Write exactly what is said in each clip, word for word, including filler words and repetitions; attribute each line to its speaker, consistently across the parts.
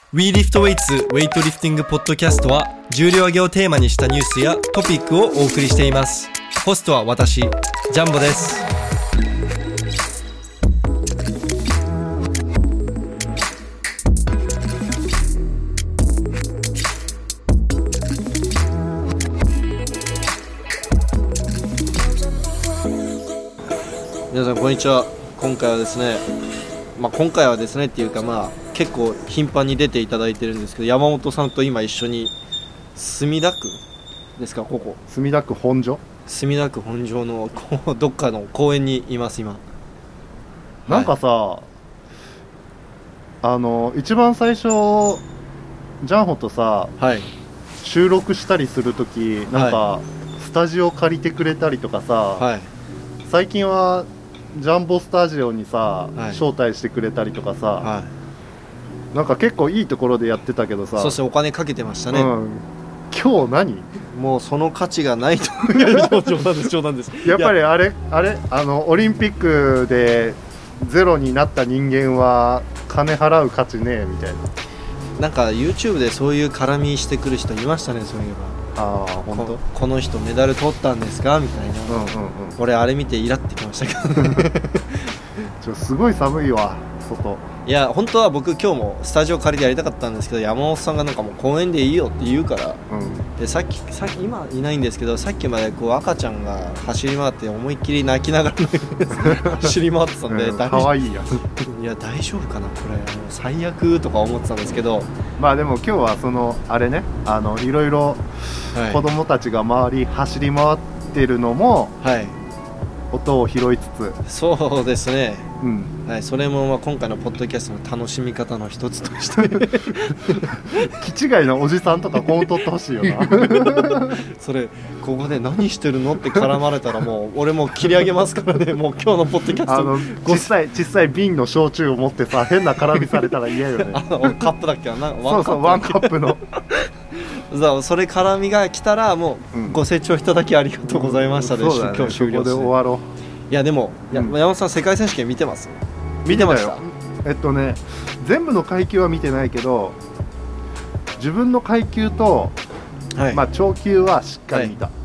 Speaker 1: We Lift Weights ウェイトリフティングポッドキャストは重量挙げをテーマにしたニュースやトピックをお送りしています。ホストは私、ジャンボです。皆さんこんにちは。今回はですね、まあ、今回はですねっていうかまあ結構頻繁に出ていただいてるんですけど、山本さんと今一緒に墨田区ですか、ここ
Speaker 2: 墨田区本所
Speaker 1: 墨田区本所のどっかの公園にいます今。
Speaker 2: なんかさ、はい、あの一番最初ジャンホとさ、はい、収録したりするときなんか、はい、スタジオ借りてくれたりとかさ、はい、最近はジャンボスタジオにさ、はい、招待してくれたりとかさ、はい、なんか結構いいところでやってたけどさ、
Speaker 1: そしてお金かけてましたね、うん、
Speaker 2: 今日何
Speaker 1: もうその価値がないと冗談です冗談です。
Speaker 2: やっぱりあれあれあのオリンピックでゼロになった人間は金払う価値ねえみたいな、
Speaker 1: なんか YouTube でそういう絡みしてくる人いましたね。そういえば
Speaker 2: ああ本当 こ,
Speaker 1: この人メダル取ったんですかみたいな、うんうんうん、俺あれ見てイラってきましたけどね
Speaker 2: ちょすごい寒いわ外。
Speaker 1: いや本当は僕今日もスタジオ借りてやりたかったんですけど、山本さんがなんかもう公園でいいよって言うから、うん、でさっきさっき今いないんですけど、さっきまでこう赤ちゃんが走り回って思いっきり泣きながら走り回ってたんで、
Speaker 2: うん、かわいいや
Speaker 1: いや大丈夫かなこれ最悪とか思ってたんですけど、
Speaker 2: まあでも今日はそのあれね、あのいろいろ子供たちが周り走り回ってるのも、はい、音を拾いつつ、
Speaker 1: そうですね、うんはい、それもまあ今回のポッドキャストの楽しみ方の一つとして
Speaker 2: 気違いのおじさんとかこう撮ってほしいよな
Speaker 1: それここで何してるのって絡まれたらもう俺も切り上げますからねもう今日のポッドキャストあの
Speaker 2: 小さい小さい瓶の焼酎を持ってさ変な絡みされたら嫌よね
Speaker 1: あのカップだっけな、
Speaker 2: そうそうワンカップの
Speaker 1: それ絡みが来たらもうご清聴いただきありがとうございましたで、うんね、今日終了して、
Speaker 2: ここで終わろう。
Speaker 1: いやでも、うん、山本さん世界選手権見てます？見てました？
Speaker 2: えっとね全部の階級は見てないけど自分の階級と、はい、まあ超級はしっかり見た、はい、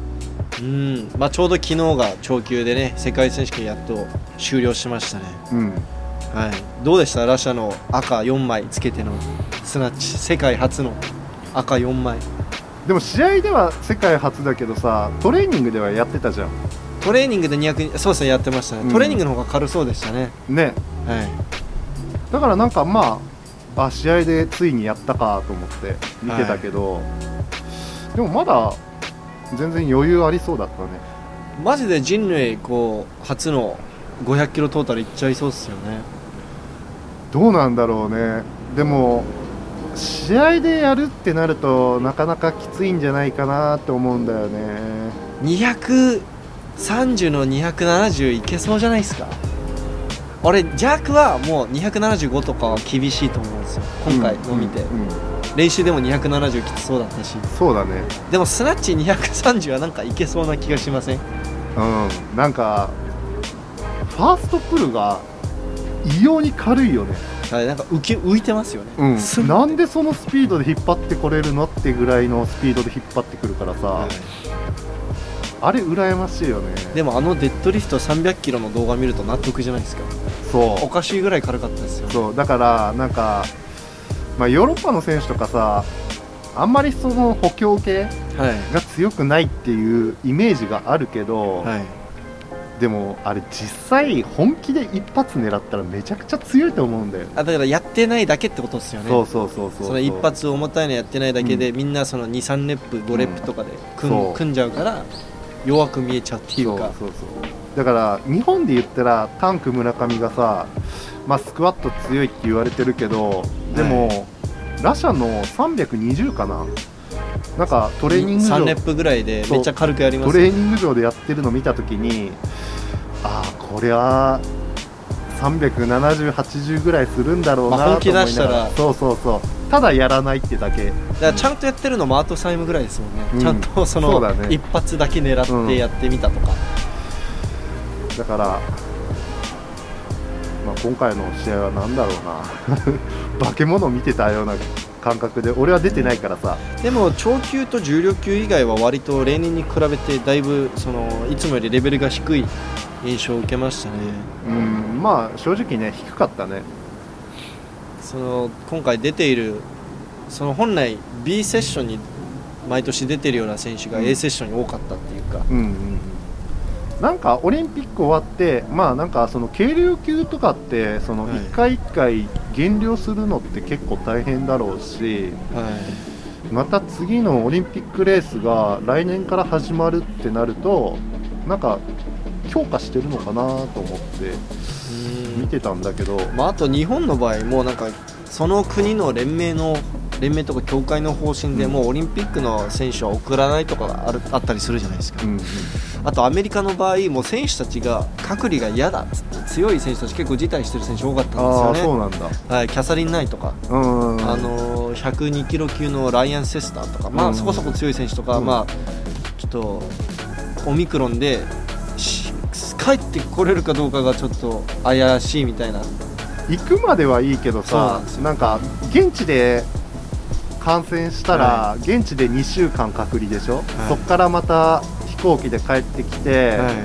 Speaker 1: うんまあちょうど昨日が超級でね世界選手権やっと終了しましたね、うんはい、どうでした？ラシャの赤よんまいつけてのスナッチ世界初の赤よんまい。
Speaker 2: でも試合では世界初だけどさ、トレーニングではやってたじゃん。
Speaker 1: トレーニングでにひゃく、そうですねやってましたね、うん、トレーニングの方が軽そうでしたね。
Speaker 2: ね、はい、だからなんかまあ、あ試合でついにやったかと思って見てたけど、はい、でもまだ全然余裕ありそうだったね。
Speaker 1: マジで人類こう初のごひゃくキロトータルいっちゃいそうですよね。
Speaker 2: どうなんだろうね。でも試合でやるってなるとなかなかきついんじゃないかなって思うんだよね。
Speaker 1: にひゃくさんじゅうのにひゃくななじゅういけそうじゃないですか。俺ジャークはもうにひゃくななじゅうごとかは厳しいと思うんですよ今回の見て、うんうんうん、練習でもにひゃくななじゅうきつそうだったし。
Speaker 2: そうだね。
Speaker 1: でもスナッチにひゃくさんじゅうはなんかいけそうな気がしません？
Speaker 2: うんなんかファーストプルが異様に軽いよね。
Speaker 1: なんか浮き浮いてますよね、
Speaker 2: うん、なんでそのスピードで引っ張ってこれるのってぐらいのスピードで引っ張ってくるからさ、はい、あれ羨ましいよね。
Speaker 1: でもあのデッドリフトさんびゃくキロの動画見ると納得じゃないですか。そうおかしいぐらい軽かったですよね。
Speaker 2: そうだからなんか、まあ、ヨーロッパの選手とかさあんまりその補強系が強くないっていうイメージがあるけど、はい、でもあれ実際本気で一発狙ったらめちゃくちゃ強いと思うんだよ。
Speaker 1: あだからやってないだけってことですよね。
Speaker 2: そうそうそうそう。
Speaker 1: その一発重たいのやってないだけで、うん、みんなそのにさんレップごレップとかで組 ん,、うん、組んじゃうから弱く見えちゃうっていうか。そうそうそう
Speaker 2: だから日本で言ったらタンク村上がさ、まあ、スクワット強いって言われてるけどでも、はい、ラシャのさんびゃくにじゅうかななんかトレーニング場
Speaker 1: さんレップぐらいでめっちゃ軽くやります、ね、
Speaker 2: トレーニング場でやってるの見たときにああこれはさんびゃくななじゅう、はちじゅうぐらいするんだろうなと思いながら、まあ、本気出したらそうそうそうただやらないってだけ。だ
Speaker 1: からちゃんとやってるのもアートサイムぐらいですもんね、うん、ちゃんとそのそうだ、ね、一発だけ狙ってやってみたとか、
Speaker 2: うん、だから、まあ、今回の試合は何だろうな化け物見てたような感覚で俺は出てないからさ。
Speaker 1: でも超級と重量級以外は割と例年に比べてだいぶそのいつもよりレベルが低い印象を受けましたね。
Speaker 2: うん、まあ正直ね低かったね。
Speaker 1: その今回出ているその本来 B セッションに毎年出てるような選手が A セッションに多かったっていうか、
Speaker 2: うんうんうん、なんかオリンピック終わってまあなんかその軽量級とかってそのいっかいいっかい減量するのって結構大変だろうし、はい、また次のオリンピックレースが来年から始まるってなるとなんか強化してるのかなと思って見てたんだけど、
Speaker 1: まあ、あと日本の場合もなんかその国の連盟の連盟とか協会の方針でもうオリンピックの選手は送らないとかが あ, るあったりするじゃないですか、うんうん、あとアメリカの場合もう選手たちが隔離が嫌だっつって強い選手たち結構辞退してる選手多かったんですよね。
Speaker 2: あ、そうなんだ、
Speaker 1: はい、キャサリン・ナイとか、うんうん、あのひゃくにキロ級のライアン・セスターとか、まあ、そこそこ強い選手とか、うん、まあ、ちょっとオミクロンで帰ってこれるかどうかがちょっと怪しいみたいな。
Speaker 2: 行くまではいいけどさ、な, なんか現地で感染したら、はい、現地でにしゅうかん隔離でしょ、はい、そこからまた飛行機で帰ってきて、はい、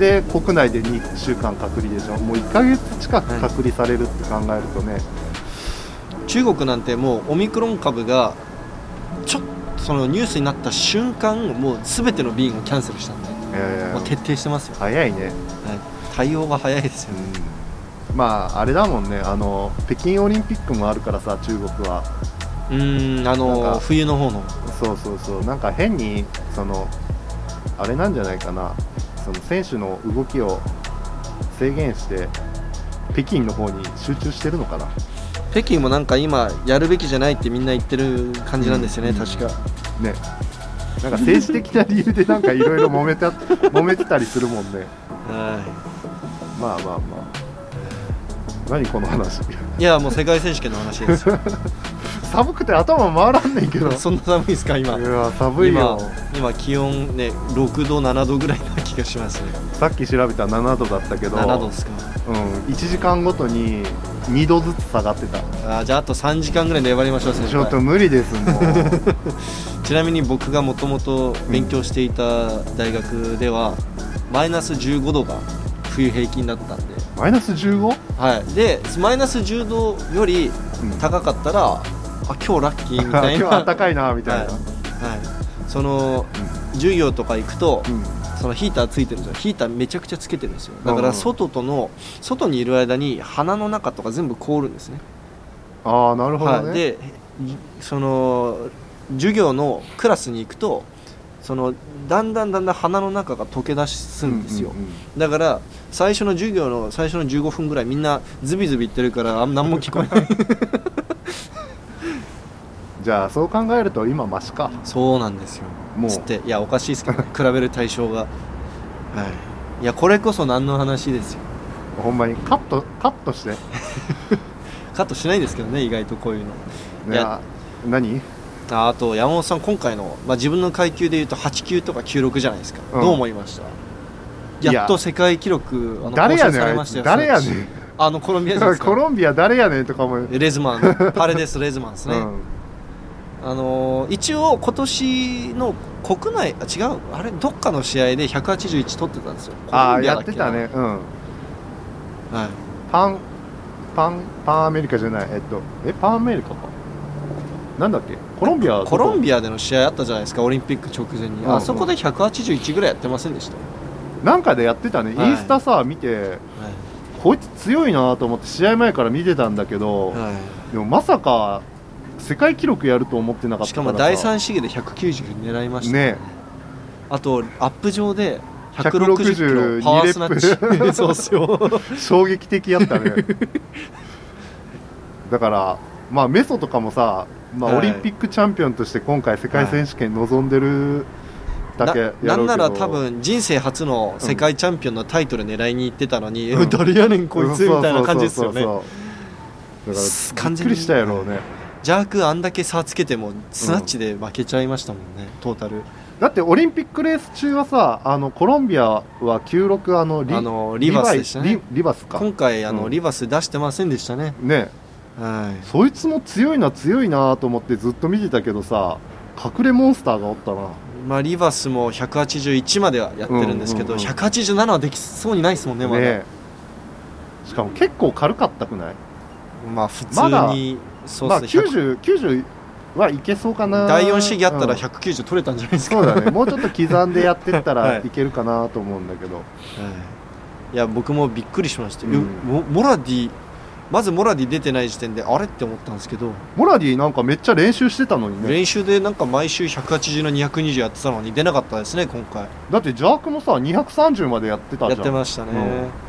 Speaker 2: で国内でにしゅうかん隔離でしょ。もういっかげつ近く隔離されるって考えるとね、はい、
Speaker 1: 中国なんてもうオミクロン株がちょっとそのニュースになった瞬間もう全ての便をキャンセルしたんで、もう徹底してますよ。
Speaker 2: 早いね、はい、
Speaker 1: 対応が早いですよね、
Speaker 2: うん、まああれだもんね、あの北京オリンピックもあるからさ、中国は
Speaker 1: うーん、あの冬の方の、
Speaker 2: そうそうそう、なんか変にそのあれなんじゃないかな、その選手の動きを制限して北京の方に集中してるのかな。
Speaker 1: 北京もなんか今やるべきじゃないってみんな言ってる感じなんですよね、うん、確か
Speaker 2: ね。なんか政治的な理由でなんかいろいろ揉めた揉めてたりするもんね。はい。まあまあまあ。何この話。
Speaker 1: いやもう世界選手権の話ですよ。
Speaker 2: 寒くて頭回らんねんけど。
Speaker 1: そんな寒いですか今。
Speaker 2: いや寒いよ。
Speaker 1: 今、今気温ねろくどななどぐらいな気がしますね。
Speaker 2: さっき調べたらななどだったけど。
Speaker 1: ななどですか。
Speaker 2: うん。いちじかんごとににどずつ下がってた。
Speaker 1: あ、じゃああとさんじかんぐらい粘りましょう。先輩
Speaker 2: ちょっと無理ですもん。
Speaker 1: ちなみに僕がもともと勉強していた大学では、うん、マイナスじゅうごどが冬平均だったんで。
Speaker 2: マイナス じゅうご？
Speaker 1: はい。でマイナスじゅうどより高かったら、うん、あ今日ラッキーみたいな。
Speaker 2: 今日暖かいなみたいな、はいはい、
Speaker 1: その、うん、授業とか行くと、うん、そのヒーターついてるんですよ。ヒーターめちゃくちゃつけてるんですよ。だから外との外にいる間に鼻の中とか全部凍るんですね。
Speaker 2: ああなるほどね、はい、
Speaker 1: でその授業のクラスに行くとそのだんだんだんだん鼻の中が溶け出すんですよ、うんうんうん、だから最初の授業の最初のじゅうごふんぐらいみんなズビズビ言ってるからあんま何も聞こえない。
Speaker 2: じゃあそう考えると今マシか。
Speaker 1: そうなんですよ。もうつっていやおかしいですけど、ね、比べる対象が、はい、いやこれこそ何の話ですよ。
Speaker 2: ほんまにカットカットして
Speaker 1: カットしないんですけどね意外とこういうの。
Speaker 2: いや何
Speaker 1: あ, あと山本さん今回の、まあ、自分の階級でいうとはちきゅうとかきゅうろくじゃないですか、うん、どう思いました？やっと世界記録あの
Speaker 2: 更新されましたよ。誰やねん
Speaker 1: あのコロンビア人ですか。
Speaker 2: コロンビア誰やねんとかも
Speaker 1: レズマンパレデスレズマンですね、うん、あのー、一応今年の国内あ違うあれどっかの試合でひゃくはちじゅういち取ってたんですよ。
Speaker 2: ああやってたね。うん、はい、パンパンパンアメリカじゃないえっとえパンアメリカかなんだっけコロンビア
Speaker 1: コロンビアでの試合あったじゃないですかオリンピック直前に、うんうん、あそこでひゃくはちじゅういちぐらいやってませんでした？
Speaker 2: なんかでやってたね、はい、インスタさ見て、はい、こいつ強いなと思って試合前から見てたんだけど、はい、でもまさか世界記録やると思ってなかったからさ。しかもだいさん試技でひゃくきゅうじゅう狙いました ね, ねあとアップ上でひゃくろくじゅっキロパワースナッチそうっすよ衝撃的やったねだからまあメソとかもさ、まあ、オリンピックチャンピオンとして今回世界選手権臨んでるだけやろうけど、な, なんなら
Speaker 1: 多分人生初の世界チャンピオンのタイトル狙いに行ってたのに、うん、誰やねんこいつみたいな感じですよね。だ
Speaker 2: からびっくりしたやろうね。
Speaker 1: ジャークあんだけ差つけてもスナッチで負けちゃいましたもんね、うん、トータル。
Speaker 2: だってオリンピックレース中はさあのコロンビアはきゅうろくあの リ,
Speaker 1: あのリバスでしたね。
Speaker 2: リ, リバスか
Speaker 1: 今回あの、うん、リバス出してませんでしたね。
Speaker 2: ねはい、そいつも強いな強いなと思ってずっと見てたけどさ、隠れモンスターがおったな。
Speaker 1: まあリバスもひゃくはちじゅういちまではやってるんですけど、うんうんうん、ひゃくはちじゅうななはできそうにないですもんね、まだね。
Speaker 2: しかも結構軽かったくない？
Speaker 1: まあ普通に、まだ
Speaker 2: そうですね、まあ、きゅうじゅう、きゅうじゅうはいけそうかな。
Speaker 1: だいよん試技あったらひゃくきゅうじゅう取れたんじゃないですか、
Speaker 2: うん、そうだね、もうちょっと刻んでやってったらいけるかなと思うんだけど、はい、
Speaker 1: いや僕もびっくりしました、うん、モ, モラディまずモラディ出てない時点であれって思ったんですけど、
Speaker 2: モラディなんかめっちゃ練習してたのにね。
Speaker 1: 練習でなんか毎週ひゃくはちじゅうのにひゃくにじゅうやってたのに出なかったですね今回。
Speaker 2: だってジャークもさにひゃくさんじゅうまでやってたじゃん。
Speaker 1: やってましたね、うん、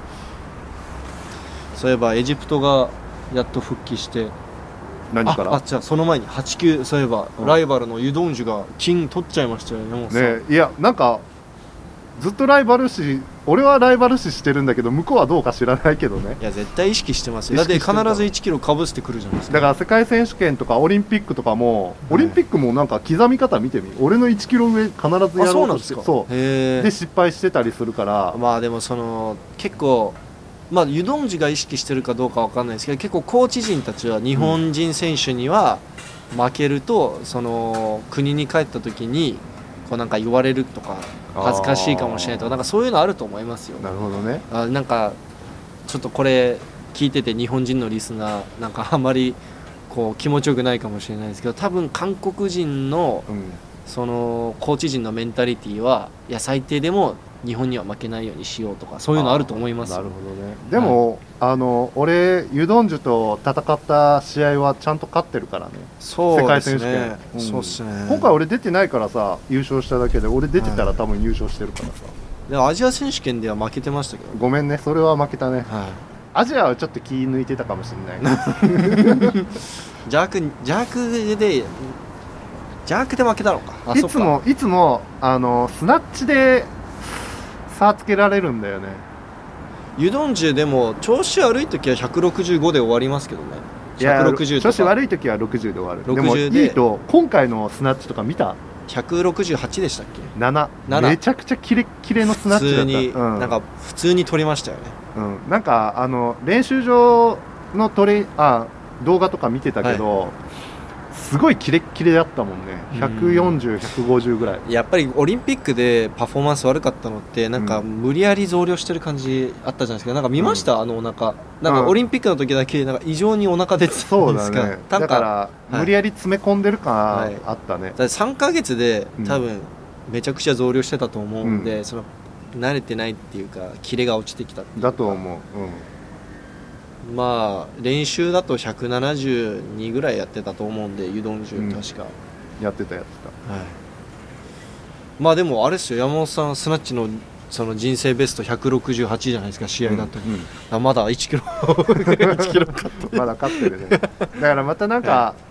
Speaker 1: そういえばエジプトがやっと復帰して、
Speaker 2: 何から？
Speaker 1: ああじゃあその前にはちきゅう、そういえば、うん、ライバルのユドンジュが金取っちゃいましたよね。もう
Speaker 2: ね、いやなんかずっとライバル視、俺はライバル視してるんだけど向こうはどうか知らないけどね。
Speaker 1: いや絶対意識してますよ。だって必ずいちキロかぶしてくるじゃないですか。
Speaker 2: だから世界選手権とかオリンピックとかも、はい、オリンピックもなんか刻み方見てみ、俺のいちキロ上必ずやろうとして、
Speaker 1: そうなんですか。
Speaker 2: そうで失敗してたりするから。
Speaker 1: まあでもその結構まあ、ユドンジが意識してるかどうかわかんないですけど、結構コーチ陣たちは日本人選手には負けると、うん、その国に帰った時にこうなんか言われるとか恥ずかしいかもしれないとか、なんかそういうのあると思いますよ。
Speaker 2: なるほどね。
Speaker 1: あなんかちょっとこれ聞いてて日本人のリスナーなんかあんまりこう気持ちよくないかもしれないですけど、多分韓国人の、うん、そのコーチ陣のメンタリティーはいや最低でも日本には負けないようにしようとかそういうのあると思います。
Speaker 2: なるほどね。でも、はい、あの俺ユドンジュと戦った試合はちゃんと勝ってるからね。
Speaker 1: そうですね。世界選手権、
Speaker 2: うん、
Speaker 1: そうっすね。
Speaker 2: 今回俺出てないからさ優勝しただけで、俺出てたら多分優勝してるからさ、はい、
Speaker 1: でアジア選手権では負けてましたけど、
Speaker 2: ごめんねそれは負けたね、はい、アジアはちょっと気抜いてたかもしれない
Speaker 1: ジャークジャークでジャークで負けたのか。
Speaker 2: あいつもいつもあのスナッチで差つけられるんだよね。
Speaker 1: ユドンジュでも調子悪い時はひゃくろくじゅうごで終わりますけどね。
Speaker 2: ひゃくろくじゅうとか調子悪い時はろくじゅうで終わる。でもいいと今回のスナッチとか見た？
Speaker 1: ひゃくろくじゅうはちでしたっけ？
Speaker 2: なな。めちゃくちゃキレッキレのスナッチだった。
Speaker 1: 普通に、
Speaker 2: うん、
Speaker 1: なんか普通に撮りましたよね。
Speaker 2: うん、なんかあの練習場のトレあ動画とか見てたけど、はい、すごいキレッキレだったもんね。ひゃくよんじゅう、ひゃくごじゅうぐらい。
Speaker 1: やっぱりオリンピックでパフォーマンス悪かったのってなんか無理やり増量してる感じあったじゃないですか。なんか見ました、うん、あのお腹なんかオリンピックの時だけなんか異常にお腹出てたんですか。
Speaker 2: そうだね。だから無理やり詰め込んでる感あったね、はい、だ
Speaker 1: からさんかげつで多分めちゃくちゃ増量してたと思うんで、うん、その慣れてないっていうかキレが落ちてきたっていうか
Speaker 2: だと思う、
Speaker 1: うん、まあ練習だとひゃくななじゅうにぐらいやってたと思うんでユドンジュ確か、
Speaker 2: うん、やってたやってた、はい、
Speaker 1: まあでもあれですよ山本さんスナッチのその人生ベストひゃくろくじゅうはちじゃないですか試合だと、うんうん、あまだいちキロいちキロ勝って
Speaker 2: まだ勝ってるね。だからまたなんか、はい、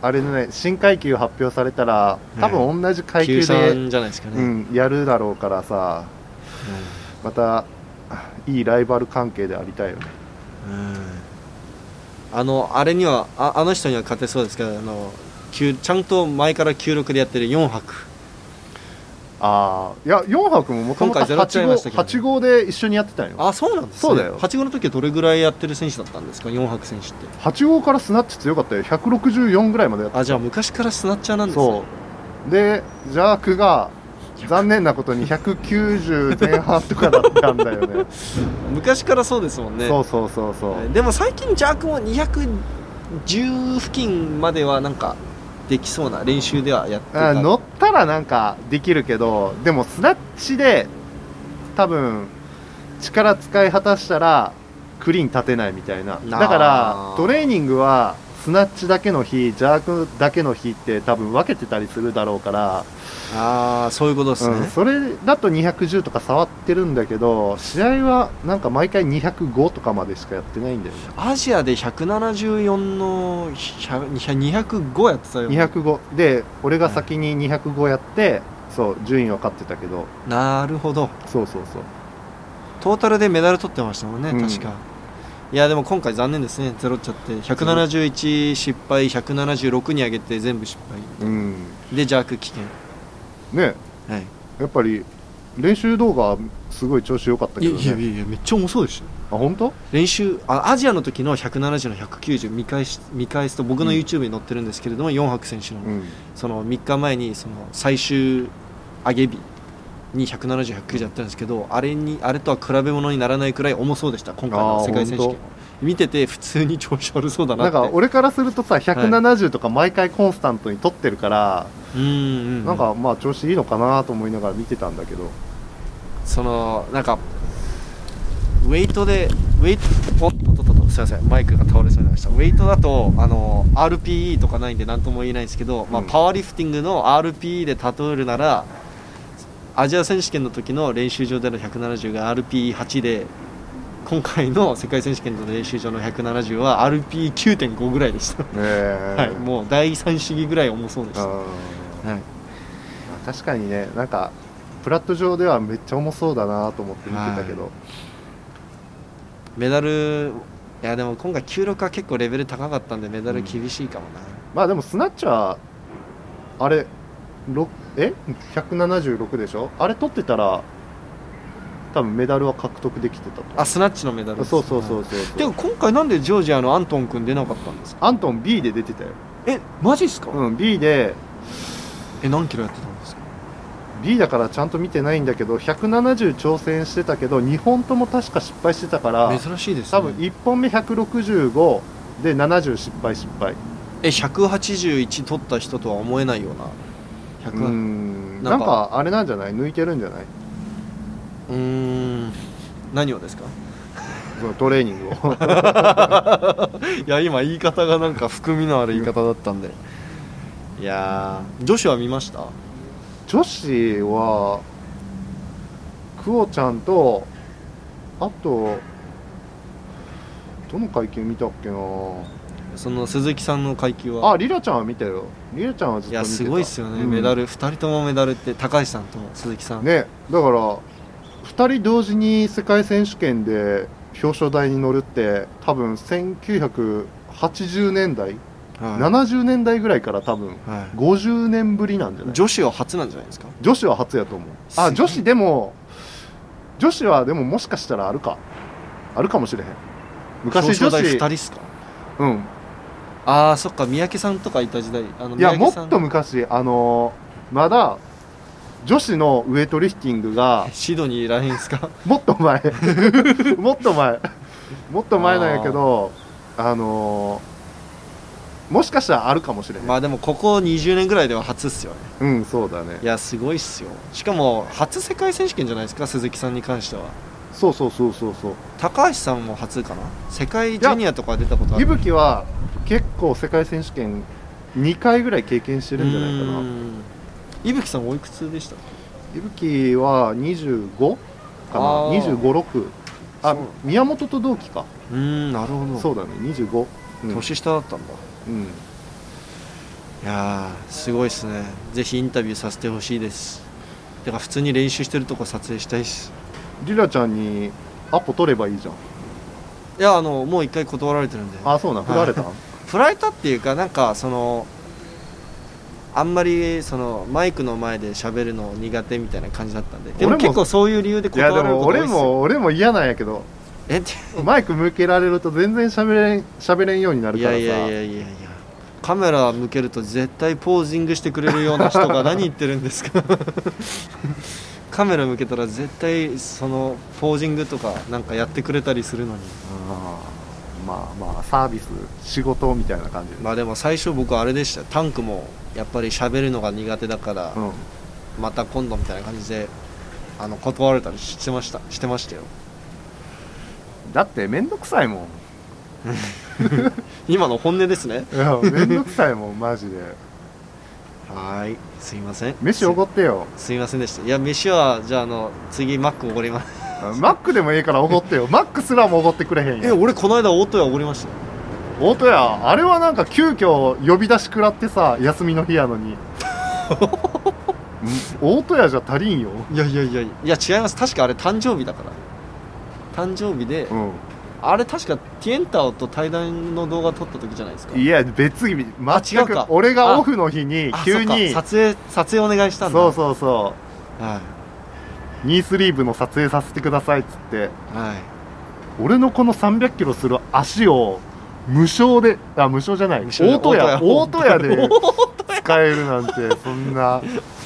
Speaker 2: あれね新階級発表されたら多分同じ階級で、
Speaker 1: きゅうさんじゃないですかね、
Speaker 2: うん、やるだろうからさ、うん、またいいライバル関係でありたいよね。
Speaker 1: うん、あのあれには あ, あの人には勝てそうですけど、あのちゃんと前からきゅうろくでやってるよんはく。
Speaker 2: ああいやよんはくももともとはちごうで一緒にやってたよ。
Speaker 1: あそうなんですね。
Speaker 2: そうだよ。
Speaker 1: はちごの時はどれぐらいやってる選手だったんですかよんはく選手って。
Speaker 2: はちごからスナッチ強かったよ。ひゃくろくじゅうよんぐらいまでやってた。
Speaker 1: あじゃあ昔からスナッチャーなんですね。
Speaker 2: そうでジャークが残念なことにひゃくきゅうじゅうぜん半とかだったんだよね
Speaker 1: 昔からそうですもんね。
Speaker 2: そうそうそうそう。
Speaker 1: でも最近ジャークもにひゃくじゅう付近まではなんかできそうな練習ではやってた。
Speaker 2: 乗ったらなんかできるけど、でもスナッチで多分力使い果たしたらクリーン立てないみたいな。だからトレーニングはスナッチだけの日ジャークだけの日って多分分けてたりするだろうから。
Speaker 1: ああそういうことですね、うん、
Speaker 2: それだとにひゃくじゅうとか触ってるんだけど試合はなんか毎回にひゃくごとかまでしかやってないんだよね。
Speaker 1: アジアでひゃくななじゅうよんのにひゃくごやってたよ、ね、
Speaker 2: にひゃくごで俺が先ににひゃくごやって、はい、そう順位は勝ってたけど。
Speaker 1: なるほど。
Speaker 2: そうそうそう
Speaker 1: トータルでメダル取ってましたもんね、うん、確か。いやでも今回残念ですねゼロっちゃってひゃくななじゅういち失敗ひゃくななじゅうろくに上げて全部失敗、うん、でジャーク危険
Speaker 2: ね、はい、やっぱり練習動画すごい調子良かったけどね。
Speaker 1: いやいやいやめっちゃ重そうでした
Speaker 2: あ本当？
Speaker 1: 練習あアジアの時のひゃくななじゅうのひゃくきゅうじゅう見返し見返すと僕の YouTube に載ってるんですけれども、うん、よんはく選手の、うん、そのみっかまえにその最終上げ日にひゃくななじゅう、ひゃくきゅうじゅうやったんですけど、あれにあれとは比べ物にならないくらい重そうでした。今回の世界選手権見てて普通に調子悪そうだなって。
Speaker 2: なんか俺からするとさひゃくななじゅうとか毎回コンスタントに取ってるから、はい、うんうん、なんかまあ調子いいのかなと思いながら見てたんだけど、
Speaker 1: そのなんかウェイトでウェイトおっとっとっとすいませんマイクが倒れそうになりました。ウェイトだとあの アールピーイー とかないんで何とも言えないんですけど、うんまあ、パワーリフティングの アールピーイー で例えるならアジア選手権の時の練習場でのひゃくななじゅうが アールピーイーはち で今回の世界選手権の練習場のひゃくななじゅうは アールピーきゅうてんご ぐらいでした、えーはい、もう第三試技ぐらい重そうでした、はい、
Speaker 2: 確かにねなんかフラット上ではめっちゃ重そうだなと思って見てたけど、はい、
Speaker 1: メダルいやでも今回きゅうじゅうろくは結構レベル高かったんでメダル厳しいかもな、うん、
Speaker 2: まあでもスナッチはあれえひゃくななじゅうろくでしょ、あれ取ってたら多分メダルは獲得できてたと。
Speaker 1: あスナッチのメダルです、
Speaker 2: そうそうそうそう
Speaker 1: でも今回なんでジョージアのアントン君出なかったんですか。
Speaker 2: アントン ビー で出てたよ。
Speaker 1: えマジっすか。
Speaker 2: うん ビー で
Speaker 1: え何キロやってたんですか。
Speaker 2: ビー だからちゃんと見てないんだけどひゃくななじゅう挑戦してたけどにほんとも確か失敗してたから
Speaker 1: 珍しいですね。
Speaker 2: 多分いっぽんめひゃくろくじゅうごでななじゅう失敗失敗。
Speaker 1: えひゃくはちじゅういち取った人とは思えないような
Speaker 2: ひゃくうんなんかあれなんじゃない、抜いてるんじゃない。
Speaker 1: うーん何をですか。
Speaker 2: そのトレーニングを
Speaker 1: いや今言い方がなんか含みのある言い方だったんでいや女子は見ました。
Speaker 2: 女子はクオちゃんとあとどの階級見たっけな。
Speaker 1: その鈴木さんの階級は
Speaker 2: あリラちゃんは見たよ。リラちゃんはずっと見てた。いや
Speaker 1: すごいっすよね、うん、メダルふたりともメダルって高橋さんと鈴木さん
Speaker 2: ね。だからふたり同時に世界選手権で表彰台に乗るって多分せんきゅうひゃくはちじゅうねんだい、はい、ななじゅうねんだいぐらいから多分ごじゅうねんぶりなんじゃない。
Speaker 1: 女子は初なんじゃないですか。
Speaker 2: 女子は初やと思う。あ女子でも女子はでももしかしたらあるかあるかもしれへん。昔女子
Speaker 1: 表彰台ふたりっすか。
Speaker 2: うん
Speaker 1: あーそっか三宅さんとかいた時代。あの
Speaker 2: いやもっと昔あのー、まだ女子のウエイトリフティングが
Speaker 1: シドニーらへんすか
Speaker 2: もっと前もっと前もっと前なんやけど あ, あのー、もしかしたらあるかもしれない。
Speaker 1: まあでもここにじゅうねんぐらいでは初っすよね。
Speaker 2: うんそうだね。
Speaker 1: いやすごいっすよ。しかも初世界選手権じゃないですか鈴木さんに関しては。
Speaker 2: そうそうそうそうそう。
Speaker 1: 高橋さんも初かな。世界ジュニアとか出たことある。
Speaker 2: 伊吹は結構世界選手権にかいぐらい経験してるんじゃないかな。
Speaker 1: 伊吹さんおいくつでしたっ
Speaker 2: け。伊吹はにじゅうごかな。にじゅうご、ろく。あ宮本と同期か。
Speaker 1: うーんなるほど。
Speaker 2: そうだねにじゅうご、
Speaker 1: うん、年下だったんだ。うんいやーすごいっすね。ぜひインタビューさせてほしいです。てか普通に練習してるとこ撮影したいっす。
Speaker 2: リラちゃんにアポ取ればいいじゃん。
Speaker 1: いやあのもう一回断られてるんで。
Speaker 2: あそうなん振られた、はい、
Speaker 1: 振られたっていうかなんかそのあんまりそのマイクの前で喋るの苦手みたいな感じだったんで。でも結構そういう理由で断られること多いっすよ。
Speaker 2: いやでも俺も俺も嫌なんやけどえマイク向けられると全然喋れん喋れんようになるからさ。いやいやいやいやいや
Speaker 1: カメラ向けると絶対ポージングしてくれるような人が何言ってるんですかカメラ向けたら絶対そのポージングとかなんかやってくれたりするのに。
Speaker 2: あまあまあサービス仕事みたいな感じ。
Speaker 1: まあでも最初僕あれでした。タンクもやっぱり喋るのが苦手だから、うん、また今度みたいな感じであの断られたりしてましたしてましたよ。
Speaker 2: だってめんどくさいもん
Speaker 1: 今の本音ですね。
Speaker 2: いやめんどくさいもんマジで
Speaker 1: はいすいません。
Speaker 2: 飯おごってよ。
Speaker 1: す, すいませんでした。いや飯はじゃああの次マックおごります
Speaker 2: マックでもいいからおごってよマックすらもおごってくれへんやん。
Speaker 1: え俺この間大戸屋おごりましたよ。
Speaker 2: 大戸屋あれはなんか急遽呼び出し食らってさ休みの日やのに大戸屋じゃ足りんよ。
Speaker 1: いやいやいやいや違います。確かあれ誕生日だから誕生日で、うん、あれ確かティエンタオと対談の動画撮った時じゃないですか。
Speaker 2: いや別に全く俺がオフの日に急に
Speaker 1: 撮影撮影お願いしたんだ。
Speaker 2: そうそうそう、はい、ニースリーブの撮影させてくださいっつって、はい、 俺のこのさんびゃっキロする足を無償で、あ、無償じゃない、大戸屋大戸屋で使えるなんてそんな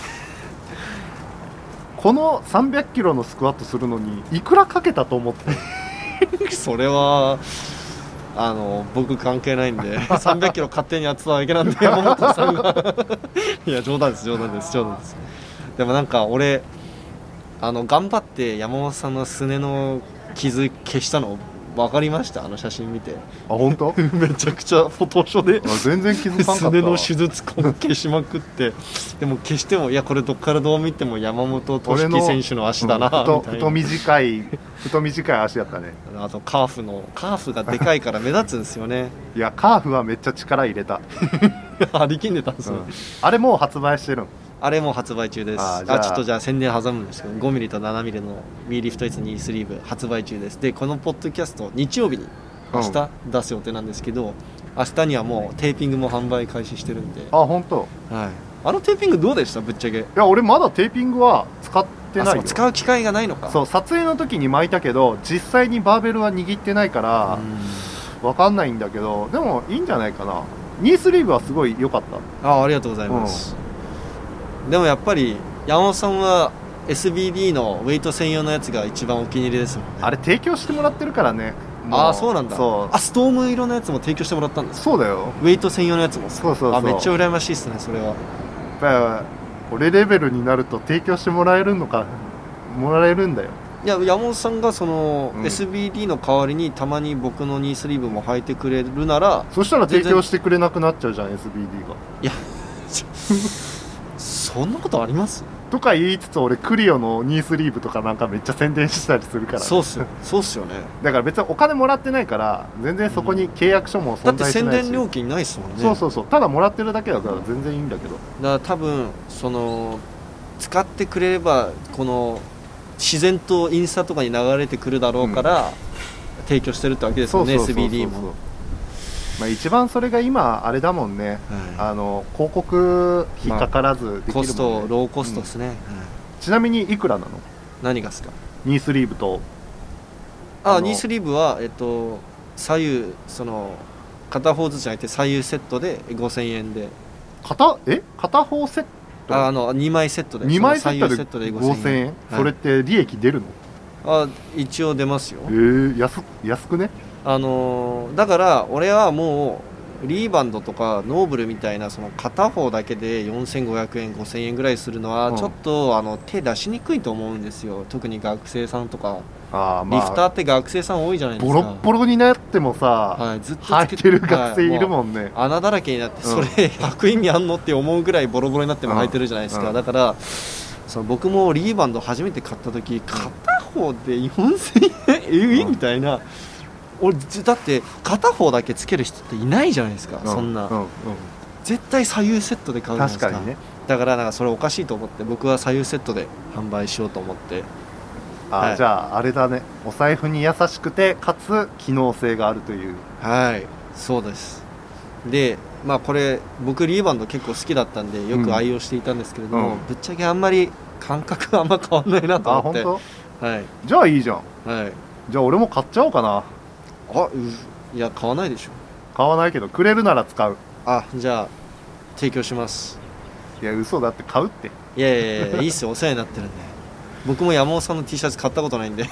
Speaker 2: このさんびゃっキロのスクワットするのにいくらかけたと思って
Speaker 1: それはあの僕関係ないんでさんびゃっキロ勝手にやってただけなんで山本さんがいや冗談です冗談です冗談です。でもなんか俺あの頑張って山本さんのすねの傷消したの分かりました。あの写真見て。
Speaker 2: あ、本当？
Speaker 1: めちゃくちゃフォトショーで
Speaker 2: 全然気づかなかった。
Speaker 1: すねの手術痕消しまくってでも消してもいやこれどっからどう見ても山本俊樹選手の足だなみたいな、うん、
Speaker 2: 太短い太短い足やったね。
Speaker 1: あとカーフのカーフがでかいから目立つんですよね
Speaker 2: いやカーフはめっちゃ力入れた
Speaker 1: 張り切んでたんですよ、うん、
Speaker 2: あれもう発売してるん？あ
Speaker 1: れも発売中です。ああちょっとじゃあ宣伝挟むんですけどごミリとななミリのミーリフトイツニースリーブ発売中です。でこのポッドキャスト日曜日に明日出す予定なんですけど、うん、明日にはもうテーピングも販売開始してるんで。
Speaker 2: あ、本当？
Speaker 1: はい。あのテーピングどうでしたぶっちゃけ？い
Speaker 2: や俺まだテーピングは使ってないよ。
Speaker 1: 使う機会がないのか。
Speaker 2: そう撮影の時に巻いたけど実際にバーベルは握ってないから分かんないんだけど、でもいいんじゃないかな。ニースリーブはすごい良かった。
Speaker 1: ああ、ありがとうございます、うん、でもやっぱり山本さんは エスビーディー のウェイト専用のやつが一番お気に入りですもんね。
Speaker 2: あれ提供してもらってるからね。
Speaker 1: ああそうなんだ。
Speaker 2: そう。
Speaker 1: あストーム色のやつも提供してもらったんですか？
Speaker 2: そうだよ。
Speaker 1: ウェイト専用のやつも。
Speaker 2: そうそうそう。
Speaker 1: あめっちゃ羨ましいですねそれは。
Speaker 2: やっぱり俺レベルになると提供してもらえるのかもらえるんだよ。い
Speaker 1: や山本さんがその、うん、エスビーディー の代わりにたまに僕のニースリーブも履いてくれるなら
Speaker 2: そしたら提供してくれなくなっちゃうじゃん エスビーディー が。
Speaker 1: いやそんなことあります？
Speaker 2: とか言いつつ俺クリオのニースリーブとかなんかめっちゃ宣伝したりするから、ね、
Speaker 1: そうっすよそうっすよね。
Speaker 2: だから別にお金もらってないから全然そこに契約書も存在しないし、うん、
Speaker 1: だって宣伝料金ないっすもんね。
Speaker 2: そうそうそう、ただもらってるだけだから全然いいんだけど。だ
Speaker 1: から多分その使ってくれればこの自然とインスタとかに流れてくるだろうから、うん、提供してるってわけですよね エスビーディー も。
Speaker 2: まあ、一番それが今あれだもんね、はい、あの広告費かからずできるもんね、まあ、
Speaker 1: コストローコストですね、うんはい、
Speaker 2: ちなみにいくらなの？
Speaker 1: 何がですか？
Speaker 2: ニースリーブと
Speaker 1: ああニースリーブは、えっと、左右その片方ずつじゃなくて左右セットでごせんえんで
Speaker 2: 片え片方セット
Speaker 1: ああのにまいセットで
Speaker 2: にまいセットでごせんえん、はい、それって利益出るの？
Speaker 1: あ一応出ますよ。
Speaker 2: えー、安, 安くね。
Speaker 1: あのー、だから俺はもうリーバンドとかノーブルみたいなその片方だけでよんせんごひゃくえんごせんえんぐらいするのはちょっと、うん、あの手出しにくいと思うんですよ。特に学生さんとかあ、まあ、リフターって学生さん多いじゃないですか。
Speaker 2: ボロッボロになってもさ、はい、ずっと履いてる学生いるもんね、はい、
Speaker 1: 穴だらけになってそれ履く意味あんのって思うぐらいボロボロになっても履いてるじゃないですか、うん、だからその僕もリーバンド初めて買った時片方でよんせんえんええみたいな。俺だって片方だけつける人っていないじゃないですか、うん、そんな、うんうん、絶対左右セットで買うじゃないですか。
Speaker 2: 確かにね。
Speaker 1: だからなんかそれおかしいと思って僕は左右セットで販売しようと思って。
Speaker 2: あ、はい、じゃああれだね、お財布に優しくてかつ機能性があるという。
Speaker 1: はいそうです。でまあこれ僕リーバンド結構好きだったんでよく愛用していたんですけれども、うん、ぶっちゃけあんまり感覚があんま変わんないなと思って。あ本当？はい。
Speaker 2: じゃあいいじゃん。
Speaker 1: はい。
Speaker 2: じゃあ俺も買っちゃおうかな。
Speaker 1: あいや買わないでしょ。
Speaker 2: 買わないけどくれるなら使う。
Speaker 1: あじゃあ提供します。
Speaker 2: いや嘘だって買うって。
Speaker 1: いやいやいやいいっすよお世話になってるんで。僕も山本さんの T シャツ買ったことないんで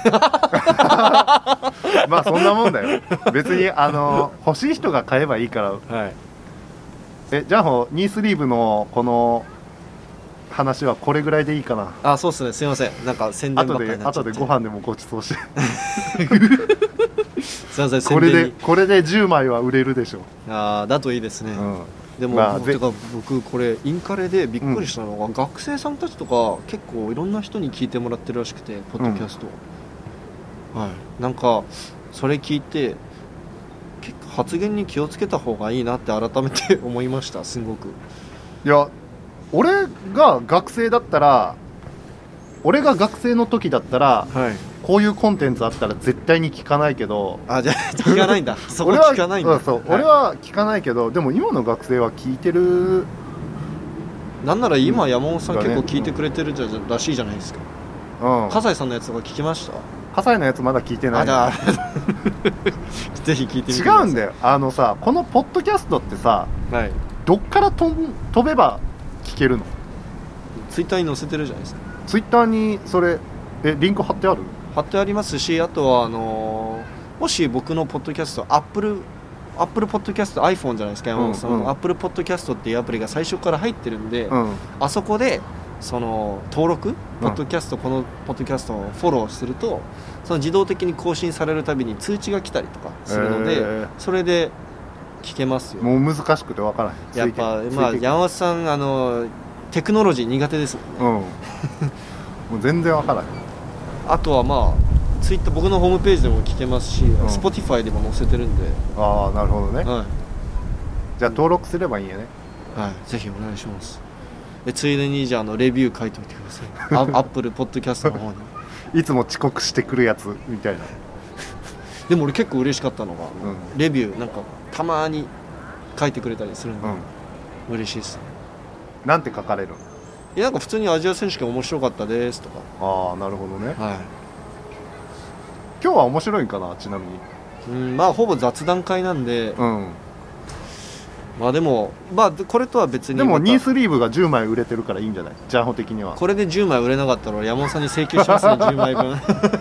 Speaker 2: まあそんなもんだよ別にあの欲しい人が買えばいいから。はい。えじゃあニースリーブのこの話はこれぐらいでいいかな。
Speaker 1: あそうっすねすいませんなんか宣伝ばっかりになっちゃって。
Speaker 2: 後でご飯でもごちそうして
Speaker 1: すいません
Speaker 2: これでこれでじゅうまいは売れるでしょ。
Speaker 1: ああだといいですね、うん、でも、まあ、てか僕これインカレでびっくりしたのが、うん、学生さんたちとか結構いろんな人に聞いてもらってるらしくてポッドキャスト、うん、はいなんかそれ聞いて結構発言に気をつけた方がいいなって改めて思いましたすごく。
Speaker 2: いや俺が学生だったら俺が学生の時だったら、はい、こういうコンテンツあったら絶対に聞かないけど。
Speaker 1: あじゃあ聞かないんだそこ聞かないんだ。
Speaker 2: そうそう、はい、俺は聞かないけどでも今の学生は聞いてる。
Speaker 1: なんなら今山本さん、うん、結構聞いてくれてるじゃ、うん、らしいじゃないですか、うん、笠井さんのやつとか聞きました？
Speaker 2: 葛西のやつまだ聞いてない。
Speaker 1: あぜひ聞いてみてください。
Speaker 2: 違うんだよ、あのさ、このポッドキャストってさ、はい、どっから飛飛べば聞けるの？
Speaker 1: ツイッターに載せてるじゃないですか。
Speaker 2: ツイッターにそれえリンク貼ってある？
Speaker 1: 貼ってありますし、あとはあのー、もし僕のポッドキャスト、アップルアップルポッドキャスト iPhone じゃないですか、山本さん、うんうん、アップルポッドキャストっていうアプリが最初から入ってるんで、うん、あそこでその登録、ポッドキャスト、うん、このポッドキャストをフォローすると、その自動的に更新されるたびに通知が来たりとかするので、えー、それで聞けますよ。
Speaker 2: もう難しくて分からない。
Speaker 1: やっぱ、まあ、山本さんあのテクノロジー苦手ですもんね、
Speaker 2: うん、もう全然分からない。
Speaker 1: あとはまあツイッター、僕のホームページでも聞けますし、うん、Spotify でも載せてるんで。
Speaker 2: ああ、なるほどね、
Speaker 1: はい、
Speaker 2: じゃあ登録すればいいんやね。
Speaker 1: はい、ぜひお願いします。でついでにじゃあのレビュー書いておいてください。アップルポッドキャストの方に
Speaker 2: いつも遅刻してくるやつみたいな。
Speaker 1: でも俺結構嬉しかったのが、うん、レビューなんかたまに書いてくれたりするんで、うん、嬉しいです。
Speaker 2: なんて書かれるの？
Speaker 1: いや、なんか普通にアジア選手権面白かったですとか。
Speaker 2: ああ、なるほどね。
Speaker 1: はい。
Speaker 2: 今日は面白いんかな、ちなみに。
Speaker 1: うん、まあほぼ雑談会なんで、うん、まあでも、まあこれとは別に、
Speaker 2: でもニースリーブがじゅうまい売れてるからいいんじゃない？ジャンホ的には。
Speaker 1: これでじゅうまい売れなかったら山本さんに請求しますね。じゅうまいぶん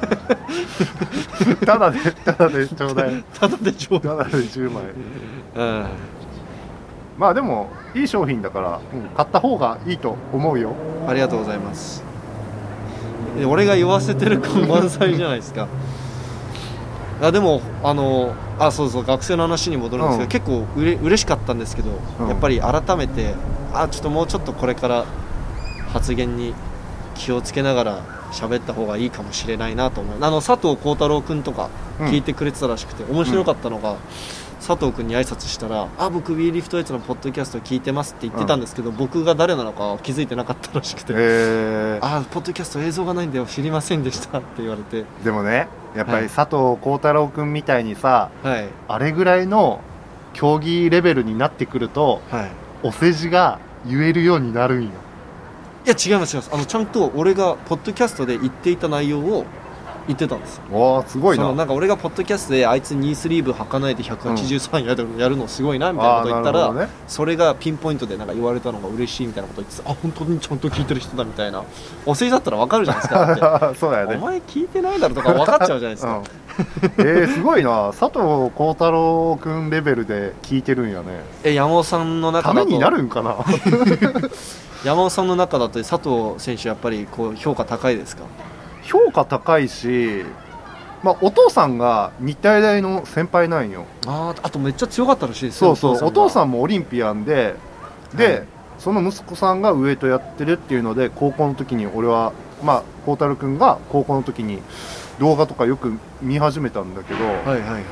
Speaker 2: ただでただでちょうだい。
Speaker 1: ただでちょうだい。
Speaker 2: ただでじゅうまい。
Speaker 1: うん。
Speaker 2: まあでもいい商品だから、うん、買った方がいいと思うよ。
Speaker 1: ありがとうございます。俺が言わせてる感満載じゃないですか。あでもあのあそうそう学生の話に戻るんですけど、うん、結構うれ嬉しかったんですけど、うん、やっぱり改めてあちょっともうちょっとこれから発言に気をつけながら喋った方がいいかもしれないなと思う。あの佐藤幸太郎君とか聞いてくれてたらしくて、うん、面白かったのが、うん、佐藤君に挨拶したらあ僕 We Lift Weights のポッドキャスト聞いてますって言ってたんですけど、うん、僕が誰なのか気づいてなかったらしくて、あポッドキャスト映像がないんだよ知りませんでしたって言われて。
Speaker 2: でもねやっぱり佐藤幸太郎君みたいにさ、はい、あれぐらいの競技レベルになってくると、はい、お世辞が言えるようになるんよ。
Speaker 1: いや違います違います。あのちゃんと俺がポッドキャストで言っていた内容を言ってたんですよ。
Speaker 2: わーすごいな。
Speaker 1: そのなんか俺がポッドキャストであいつニースリーブ履かないでひゃくはちじゅうさんやる、うん、やるのすごいなみたいなこと言ったら、ね、それがピンポイントでなんか言われたのが嬉しいみたいなこと言ってあ本当にちゃんと聞いてる人だみたいな。お世辞だったら分かるじゃないですかって
Speaker 2: そうだよね。
Speaker 1: お前聞いてないだろとか分かっちゃうじゃないですか、うん、
Speaker 2: えー、すごいな。佐藤幸太郎君レベルで聞いてるんやね。
Speaker 1: え山本さんの中だと
Speaker 2: ためになるんかな
Speaker 1: 山本さんの中だと佐藤選手やっぱりこう評価高いですか？
Speaker 2: 評価高いし、まあ、お父さんが日体大の先輩なんよ。
Speaker 1: ああとめっちゃ強かったらしいですよ。
Speaker 2: そうそう、お父さんもオリンピアンでで、はい、その息子さんがウエイトやってるっていうので高校の時に俺はまあ幸太郎君が高校の時に動画とかよく見始めたんだけど、はいはいはい、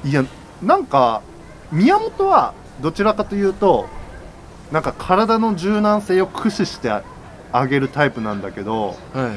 Speaker 2: いやなんか宮本はどちらかというとなんか体の柔軟性を駆使してあげるタイプなんだけど、はい、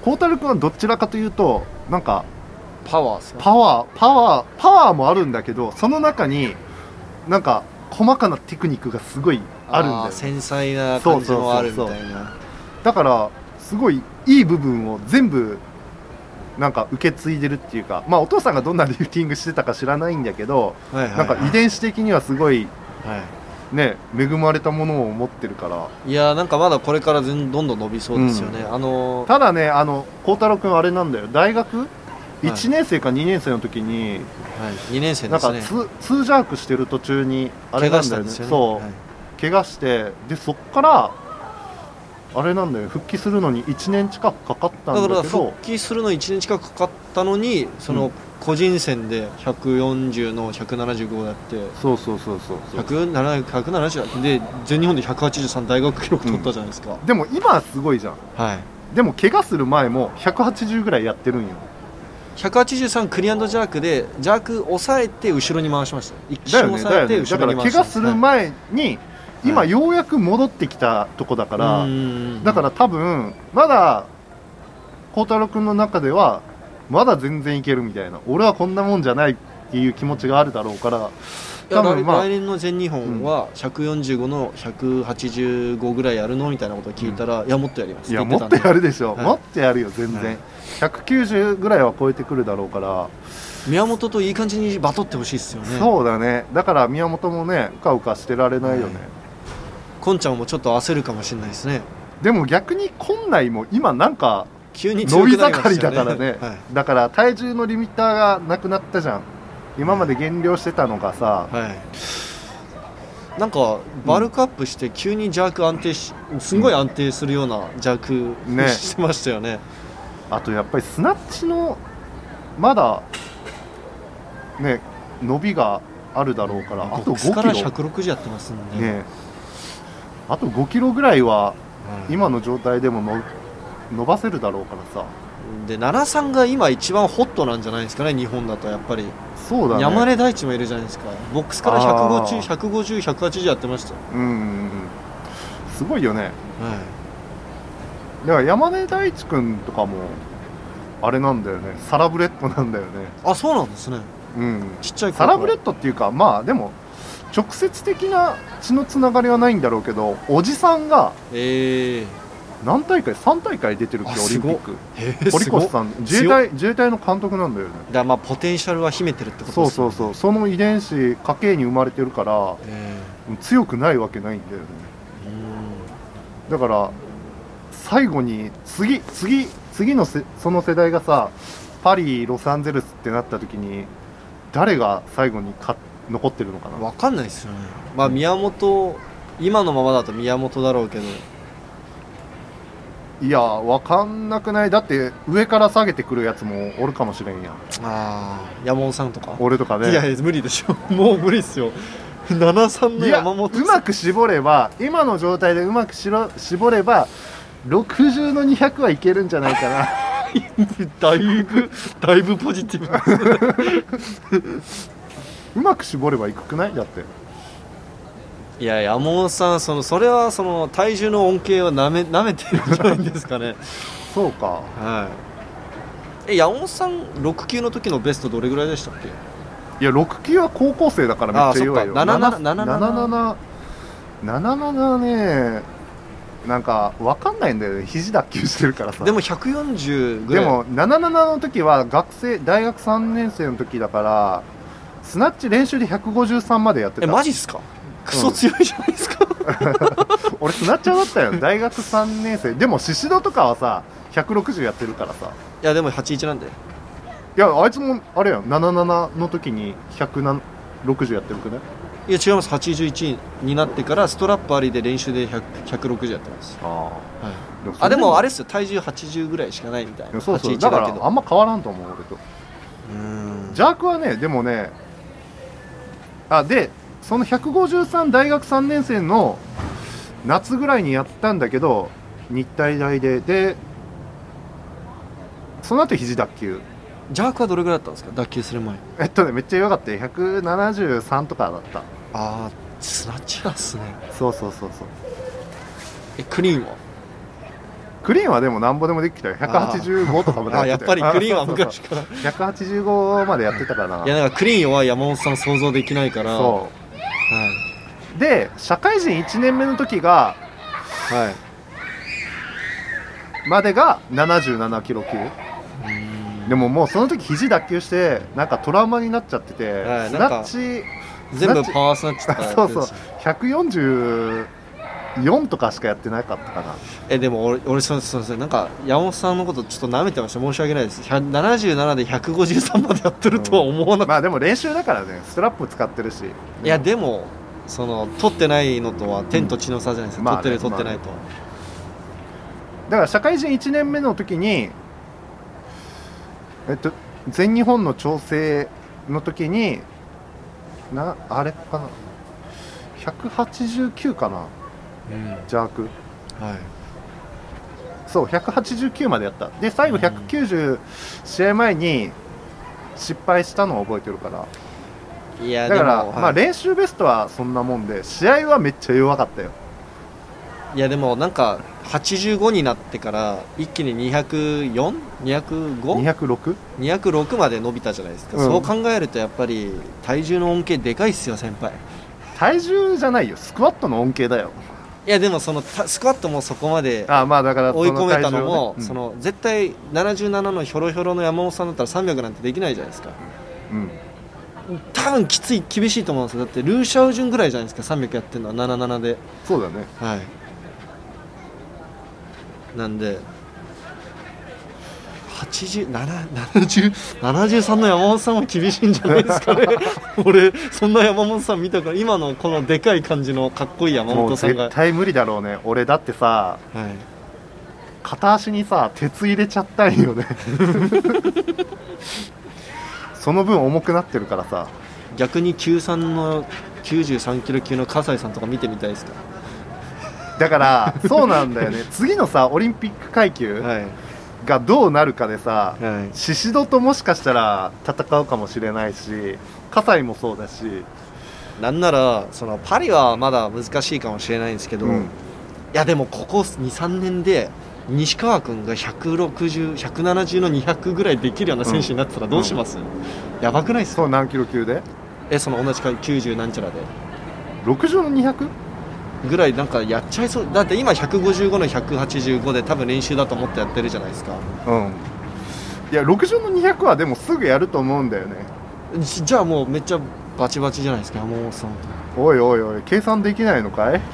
Speaker 2: 幸太郎君はどちらかというとなんか
Speaker 1: パワーですか？
Speaker 2: パワーパワーパワーもあるんだけどその中になんか細かなテクニックがすごいあるんだよ、ね、
Speaker 1: 繊細な感じもあるみたいな。
Speaker 2: そうそうそうそう。だからすごいいい部分を全部なんか受け継いでるっていうか、まあお父さんがどんなリフティングしてたか知らないんだけど、はいはいはい、なんか遺伝子的にはすごい、はいね、恵まれたものを持ってるから。い
Speaker 1: やなんかまだこれからどんどん伸びそうですよね、うん、あのー、
Speaker 2: ただねあの幸太郎君あれなんだよ大学いちねん生かにねん生の時に、
Speaker 1: はい、にねん生ですね。
Speaker 2: なんかツージャークしてる途中にあれなんだよね。そう、はい、怪我してでそっからあれなんだよ復帰するのにいちねん近くかかったんだけど。だから
Speaker 1: 復帰するのにいちねん近くかかったのにその個人戦でひゃくよんじゅうのひゃくななじゅうごやって、
Speaker 2: そうそうそうそう
Speaker 1: ひゃくななじゅうで全日本でひゃくはちじゅうさん大学記録取ったじゃないですか、
Speaker 2: うん、でも今はすごいじゃん、はい、でも怪我する前もひゃくはちじゅうぐらいやってるんよ。
Speaker 1: ひゃくはちじゅうさんクリアンドジャークでジャーク抑えて後ろに回しました。一瞬抑えて後ろに回しました。
Speaker 2: だから怪我する前に、はい、今ようやく戻ってきたとこだから、はい、だから多分まだ幸太郎君の中ではまだ全然いけるみたいな、俺はこんなもんじゃないっていう気持ちがあるだろうから、
Speaker 1: 多分、まあ、来年の全日本はひゃくよんじゅうごのひゃくはちじゅうごぐらいやるのみたいなことを聞いたら、うん、いやもっとやります。
Speaker 2: いやもっとやるでしょ、はい、もっとやるよ全然、はい、ひゃくきゅうじゅうぐらいは超えてくるだろうから、
Speaker 1: 宮本といい感じにバトってほしいですよね。
Speaker 2: そうだね。だから宮本もねうかうかしてられないよね、はい、
Speaker 1: 今ちゃんもちょっと焦るかもしれないですね。
Speaker 2: でも逆に今内も今なんか
Speaker 1: 急に
Speaker 2: 伸び盛りだからね、はい、だから体重のリミッターがなくなったじゃん。今まで減量してたのがさ、はい、
Speaker 1: なんかバルクアップして急にジャーク安定し、すごい安定するようなジャーク、ね、してましたよね。
Speaker 2: あとやっぱりスナッチのまだね伸びがあるだろうから、あとごキロ
Speaker 1: からひゃくろくじゅうやってますんで、ね、
Speaker 2: あとごキロぐらいは今の状態でもの伸ばせるだろうからさ。
Speaker 1: でななじゅうさんが今一番ホットなんじゃないですかね、日本だと。やっぱり
Speaker 2: そうだね、
Speaker 1: 山根大地もいるじゃないですか。ボックスからひゃくごじゅう、ひゃくごじゅう、ひゃくはちじゅうやってましたよ。
Speaker 2: うんうんうん、すごいよね、はい、だから山根大地君とかもあれなんだよね、サラブレッドなんだよね。
Speaker 1: あ、そうなんですね。
Speaker 2: うん、
Speaker 1: ちっちゃい
Speaker 2: サラブレッドっていうか、まあでも直接的な血のつながりはないんだろうけど、おじさんがえー何大会さん大会出てるっけ、オリンピック。堀越さん自衛隊自衛隊の監督なんだよね。
Speaker 1: だからまあポテンシャルは秘めてるってことですね。
Speaker 2: そうそうそう、その遺伝子家系に生まれてるから、強くないわけないんだよね。だから最後に次次次のせその世代がさ、パリロサンゼルスってなった時に誰が最後にか残ってるのかな。
Speaker 1: 分かんないですよね。まあ宮本、今のままだと宮本だろうけど、
Speaker 2: いや分かんなくない？だって上から下げてくるやつもおるかもしれんやん。あ
Speaker 1: あ、山本さんとか
Speaker 2: 俺とかね。
Speaker 1: いやいや無理でしょもう無理っすよななじゅうさんの山本さん。
Speaker 2: うまく絞れば、今の状態でうまくしろ絞ればろくじゅうのにひゃくはいけるんじゃないかな
Speaker 1: だいぶだいぶポジティブ
Speaker 2: うまく絞ればいくくない？だって
Speaker 1: いや山本さん、そのそれはその体重の恩恵をなめなめてるんじゃないんですかね
Speaker 2: そうか、
Speaker 1: はい。え山本さんろく級の時のベストどれぐらいでしたっけ？
Speaker 2: いやろく級は高校生だからめっちゃ弱いよ。
Speaker 1: ななななななな
Speaker 2: ななななね、なんか分かんないんだよね、肘脱臼してるからさ。
Speaker 1: でもひゃくよんじゅうぐらい。
Speaker 2: でもななななの時は学生大学さんねん生の時だから、スナッチ練習でひゃくごじゅうさんまでやってた。
Speaker 1: えマジっすか？クソ強いじゃないですか、うん、
Speaker 2: 俺スナッチャーだったよ大学さんねん生でも宍戸とかはさひゃくろくじゅうやってるからさ。
Speaker 1: いやでもはちじゅういちなんで。い
Speaker 2: やあいつもあれやん、ななななの時にひゃくろくじゅうやってるくね。
Speaker 1: いや違います、はちじゅういちになってからストラップありで練習でひゃくろくじゅうやってます。あ、はい、でもあでもあれっすよ、体重はちじゅうぐらいしかないみたいな。
Speaker 2: そうそう、だからあんま変わらんと思う俺と。うーん、ジャークはね、でもね、あでそのひゃくごじゅうさん大学さんねん生の夏ぐらいにやったんだけど、日体大ででその後肘脱臼。
Speaker 1: ジャークはどれぐらいだったんですか、脱臼する前？
Speaker 2: えっとねめっちゃ弱かったよ、ひゃくななじゅうさんとかだった。あ
Speaker 1: あ、スナッチがっすね。
Speaker 2: そうそうそうそう。
Speaker 1: えクリーンは
Speaker 2: クリーンはでもなんぼでもできたよ、ひゃくはちじゅうごとかまでやってたよ。
Speaker 1: あやっぱりクリーンは昔から
Speaker 2: ひゃくはちじゅうごまでやってたからな。
Speaker 1: いやなんかクリーン弱い山本さん想像できないから。そう、
Speaker 2: はい、で社会人いちねんめの時が、はい、までがななじゅうななキロ級。でももうその時肘脱臼してなんかトラウマになっちゃってて、はい、スナッチ
Speaker 1: 全部パワースナッチとかやってるし
Speaker 2: そうそうひゃくよんじゅうよんとかしかやってなかったかな。
Speaker 1: えでも俺俺そうそうそう、なんか山本さんのことちょっと舐めてました、申し訳ないです。ななじゅうななでひゃくごじゅうさんまでやってるとは思わなかった、うん、ま
Speaker 2: あでも練習だからね、ストラップ使ってるし。
Speaker 1: いやでもその取ってないのとは天と地の差じゃないですか、うん、まあね、取ってる取ってないと、まあね、
Speaker 2: だから社会人いちねんめの時にえっと、全日本の調整の時になあれかなひゃくはちじゅうきゅうかな、うん、ジャーク、はい、そうひゃくはちじゅうきゅうまでやった。で最後ひゃくきゅうじゅう、うん、試合前に失敗したのを覚えてるから。いやだから、はい、まあ、練習ベストはそんなもんで試合はめっちゃ弱かったよ。
Speaker 1: いやでもなんかはちじゅうごになってから一気に にひゃくよん?にひゃくご?にひゃくろく?にひゃくろくまで伸びたじゃないですか、うん、そう考えるとやっぱり体重の恩恵でかいっすよ先輩。
Speaker 2: 体重じゃないよ、スクワットの恩恵だよ。
Speaker 1: いやでもそのスクワットもそこまで追い込めたのも、その絶対ななじゅうななのひょろひょろの山本さんだったらさんびゃくなんてできないじゃないですか、うん、多分きつい厳しいと思うんですよ。だってルーシャウジュンぐらいじゃないですかさんびゃくやってるのはななじゅうななで。
Speaker 2: そうだね、
Speaker 1: はい。なんではちじゅうなな、ななじゅう、ななじゅうさんの山本さんも厳しいんじゃないですかね俺そんな山本さん見たから、今のこのでかい感じのかっこいい山本さんが
Speaker 2: もう絶対無理だろうね。俺だってさ、はい、片足にさ鉄入れちゃったんよねその分重くなってるからさ。
Speaker 1: 逆にきゅうじゅうさんのきゅうじゅうさんキロ級の葛西さんとか見てみたいですか。
Speaker 2: だからそうなんだよね次のさオリンピック階級がどうなるかでさ、はい、宍戸ともしかしたら戦うかもしれないし、葛西もそうだし、
Speaker 1: なんならそのパリはまだ難しいかもしれないんですけど、うん、いやでもここ に,さん 年で西川君がひゃくろくじゅう、ひゃくななじゅうのにひゃくぐらいできるような選手になってたらどうします、うんうん、やばくないですか。
Speaker 2: そう何キロ級で
Speaker 1: えその同じかきゅうじゅうなんちゃらで
Speaker 2: ろくじゅうのにひゃく
Speaker 1: ぐらいなんかやっちゃいそう。だって今ひゃくごじゅうごのひゃくはちじゅうごで多分練習だと思ってやってるじゃないですか。
Speaker 2: うん。いやろくじゅうのにひゃくはでもすぐやると思うんだよね。
Speaker 1: じ, じゃあもうめっちゃバチバチじゃないですか山本さん。
Speaker 2: おいおいおい計算できないのかい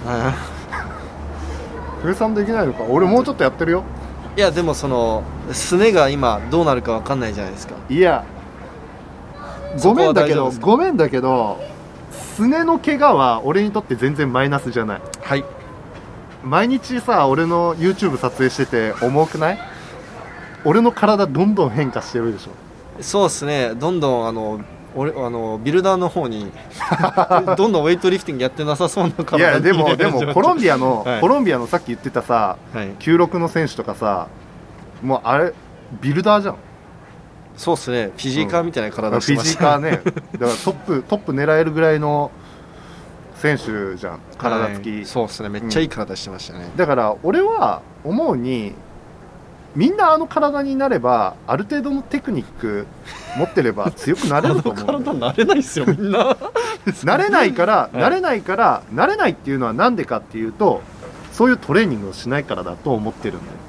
Speaker 2: 計算できないのか。俺もうちょっとやってるよ。
Speaker 1: いやでもそのすねが今どうなるか分かんないじゃないですか。
Speaker 2: いやごめんだけどごめんだけどすねの怪我は俺にとって全然マイナスじゃない。
Speaker 1: はい。
Speaker 2: 毎日さ俺の YouTube 撮影してて重くない？俺の体どんどん変化してるでしょ。
Speaker 1: そうですね。どんどんあの俺あのビルダーの方にどんどんウェイトリフティングやってなさそうな体。
Speaker 2: いやでもでもコロンビアの、はい、コロンビアのさっき言ってたさ、はい、きゅうじゅうろくの選手とかさ、もうあれビルダーじゃん。
Speaker 1: そうっすね。フィジーカーみたいな体してました、
Speaker 2: うん、フィジーカーね。だからトップトップ狙えるぐらいの選手じゃん。体つき、はい、
Speaker 1: そうっすね。めっちゃいい体してましたね、
Speaker 2: うん、だから俺は思うにみんなあの体になればある程度のテクニック持ってれば強くなれると思う。
Speaker 1: あの体なれないっすよみんな
Speaker 2: なれないから、はい、なれないからなれないっていうのはなんでかっていうとそういうトレーニングをしないからだと思ってるんだよ。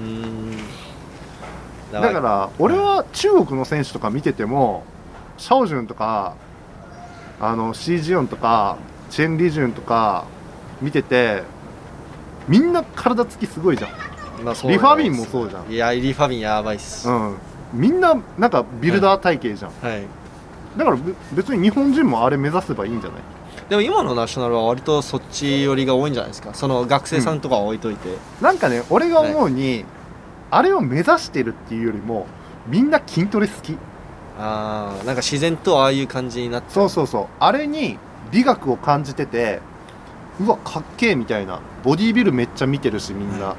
Speaker 2: だから俺は中国の選手とか見ててもシャオジュンとかあのシージヨンとかチェン・リジュンとか見ててみんな体つきすごいじゃん、まあ、リファビンもそうじゃん。
Speaker 1: いやリファビンやばいっす、
Speaker 2: うん、みんななんかビルダー体型じゃん、はいはい、だから別に日本人もあれ目指せばいいんじゃない？
Speaker 1: でも今のナショナルは割とそっち寄りが多いんじゃないですか。その学生さんとかは置いといて、うん、
Speaker 2: なんかね俺が思うに、はい、あれを目指してるっていうよりもみんな筋トレ好き。
Speaker 1: あーなんか自然とああいう感じになって。
Speaker 2: そうそうそう。あれに美学を感じててうわかっけーみたいな。ボディービルめっちゃ見てるしみんな、はい、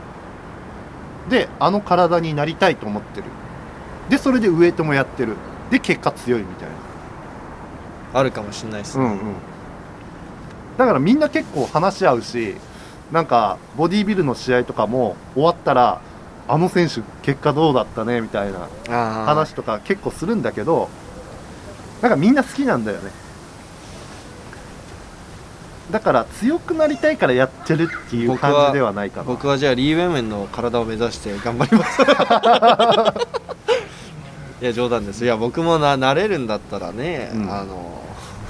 Speaker 2: であの体になりたいと思ってる。でそれでウエイトもやってる。で結果強いみたいな
Speaker 1: あるかもしれないですね、うんうん、
Speaker 2: だからみんな結構話し合うし、なんかボディービルの試合とかも終わったらあの選手結果どうだったねみたいな話とか結構するんだけど、なんかみんな好きなんだよね。だから強くなりたいからやってるっていう感じではないかな。
Speaker 1: 僕は、僕はじゃあリー・ウェンウェンの体を目指して頑張りますいや冗談です。いや僕も な, なれるんだったらね、うん、あの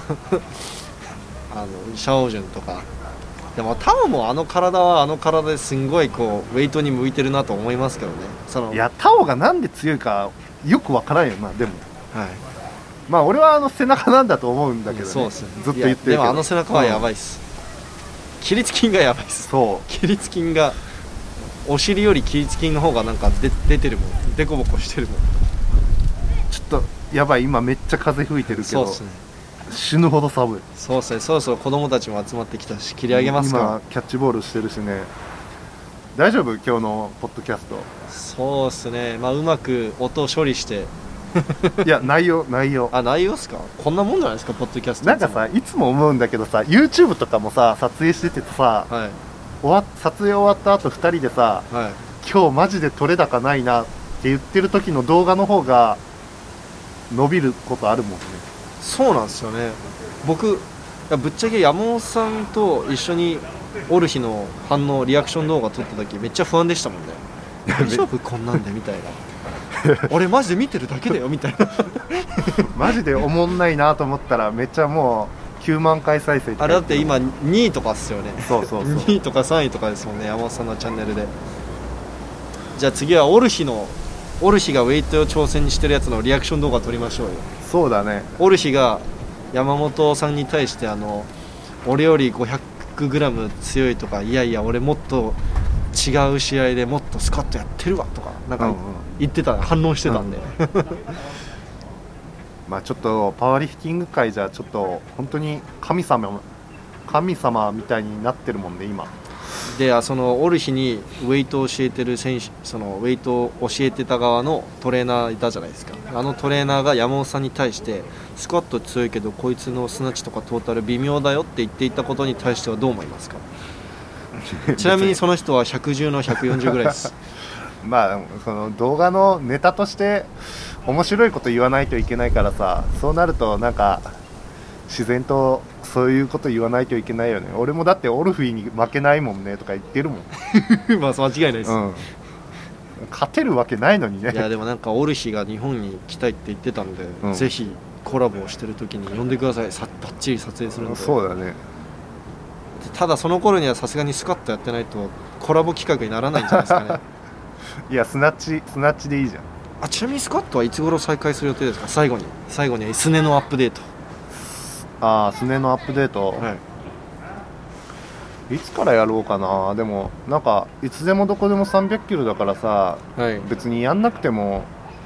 Speaker 1: あのシャオジュンとかでもタオもあの体はあの体ですんごいこうウェイトに向いてるなと思いますけどね。その
Speaker 2: いやタオがなんで強いかよくわからんよな。でも、はい、まあ俺はあの背中なんだと思うんだけどね。
Speaker 1: そうですね。
Speaker 2: ずっと言ってるけど。
Speaker 1: でもあの背中はやばいっす、うん、起立筋がやばいっす。
Speaker 2: そう
Speaker 1: 起立筋がお尻より起立筋の方がなんかで出てるもん。デコボコしてるもん。
Speaker 2: ちょっとやばい。今めっちゃ風吹いてるけど。そうですね。死ぬほど寒い。
Speaker 1: そうですね。そろそろ子供たちも集まってきたし切り上げますか。
Speaker 2: 今キャッチボールしてるしね。大丈夫今日のポッドキャスト。
Speaker 1: そうですね。まあうまく音を処理して
Speaker 2: いや内容内容
Speaker 1: あ内容っすか。こんなもんじゃないですかポッドキャスト。
Speaker 2: なんかさいつも思うんだけどさ YouTube とかもさ撮影しててさ、はい、 終わ撮影終わった後ふたりでさ、はい、今日マジで撮れ高ないなって言ってる時の動画の方が伸びることあるもんね。
Speaker 1: そうなんですよね。僕ぶっちゃけ山本さんと一緒におる日の反応リアクション動画撮った時めっちゃ不安でしたもんね。大丈夫こんなんでみたいな俺マジで見てるだけだよみたいな
Speaker 2: マジでおもんないなと思ったらめっちゃもうきゅうまんかい再生。
Speaker 1: あれだって今にいとかっすよね。
Speaker 2: そうそうそう
Speaker 1: にいとかさんいとかですもんね、山本さんのチャンネルで。じゃあ次はオルヒのオルヒがウェイトを挑戦してるやつのリアクション動画撮りましょうよ。
Speaker 2: そうだね。
Speaker 1: オルヒが山本さんに対してあの俺より ごひゃくグラム 強いとか、いやいや俺もっと違う試合でもっとスカッとやってるわとかなんか言ってた、うんうん、反応してたんで、うん、
Speaker 2: まあちょっとパワーリフティング界じゃちょっと本当に神様神様みたいになってるもんね今
Speaker 1: で。そのオルヒにウェイトを教えてる選手、そのウェイトを教えてた側のトレーナーいたじゃないですか。あのトレーナーが山本さんに対してスクワット強いけどこいつのスナッチとかトータル微妙だよって言っていたことに対してはどう思いますかちなみにその人はひゃくじゅうのひゃくよんじゅうぐらいです
Speaker 2: まあその動画のネタとして面白いこと言わないといけないからさ、そうなるとなんか自然とそういうこと言わないといけないよね。俺もだってオルフィーに負けないもんねとか言ってるもん
Speaker 1: まあ間違いないです、うん、
Speaker 2: 勝てるわけないのにね。
Speaker 1: いやでもなんかオルヒが日本に来たいって言ってたんで、うん、ぜひコラボをしてる時に呼んでください。さバッチリ撮影するんで。
Speaker 2: そうだね。
Speaker 1: ただその頃にはさすがにスカッとやってないとコラボ企画にならないんじゃないですかね
Speaker 2: いやスナッチスナッチでいいじゃん。
Speaker 1: あ、ちなみにスカットはいつ頃再開する予定ですか。最後に最後にスネのアップデート。
Speaker 2: ああスネのアップデート、はい、いつからやろうかな。でもなんかいつでもどこでもさんびゃくキロだからさ、はい、別にやんなくても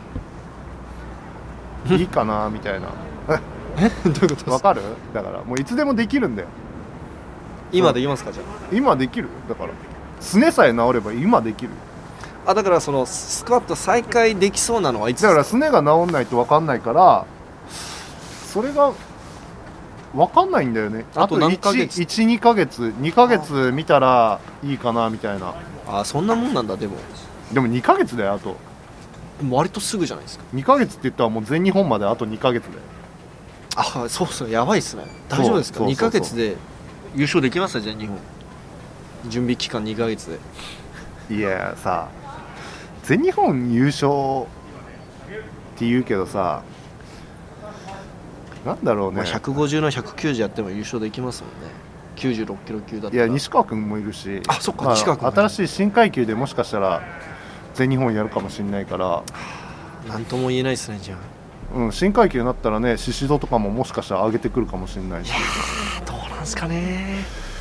Speaker 2: いいかなみたいな
Speaker 1: えどういうことですか。
Speaker 2: わかる。だからもういつでもできるんだよ。
Speaker 1: 今できますか。じゃあ
Speaker 2: 今できる。だからすねさえ治れば今できる。
Speaker 1: あ、だからそのスクワット再開できそうなのはいつですか。
Speaker 2: だからすねが治んないと分かんないからそれが分かんないんだよね。
Speaker 1: あと何ヶ月
Speaker 2: いち、にかげつにかげつ見たらいいかなみたいな。
Speaker 1: あ、そんなもんなんだ。でも
Speaker 2: でもにかげつだよ。あと
Speaker 1: 割とすぐじゃないですか。
Speaker 2: にかげつって言ったらもう全日本まであとにかげつだよ。
Speaker 1: あ、そうそう、やばいっすね。大丈夫ですか。にかげつで優勝できますじゃあ日本準備期間にかげつで。
Speaker 2: いやさ全日本優勝って言うけどさ、なんだろうね、まあ、
Speaker 1: ひゃくごじゅうのひゃくきゅうじゅうやっても優勝できますもんね。きゅうじゅうろっキロ級だったら。
Speaker 2: いや西川君もいるし。
Speaker 1: あ、そっか、
Speaker 2: まあ、
Speaker 1: 西川君
Speaker 2: 新しい新階級でもしかしたら全日本やるかもしれないから
Speaker 1: なんとも言えないですね。じゃ
Speaker 2: あ、うん、新階級になったらね宍戸とかももしかしたら上げてくるかもしれないし。
Speaker 1: いやどうなんすかね。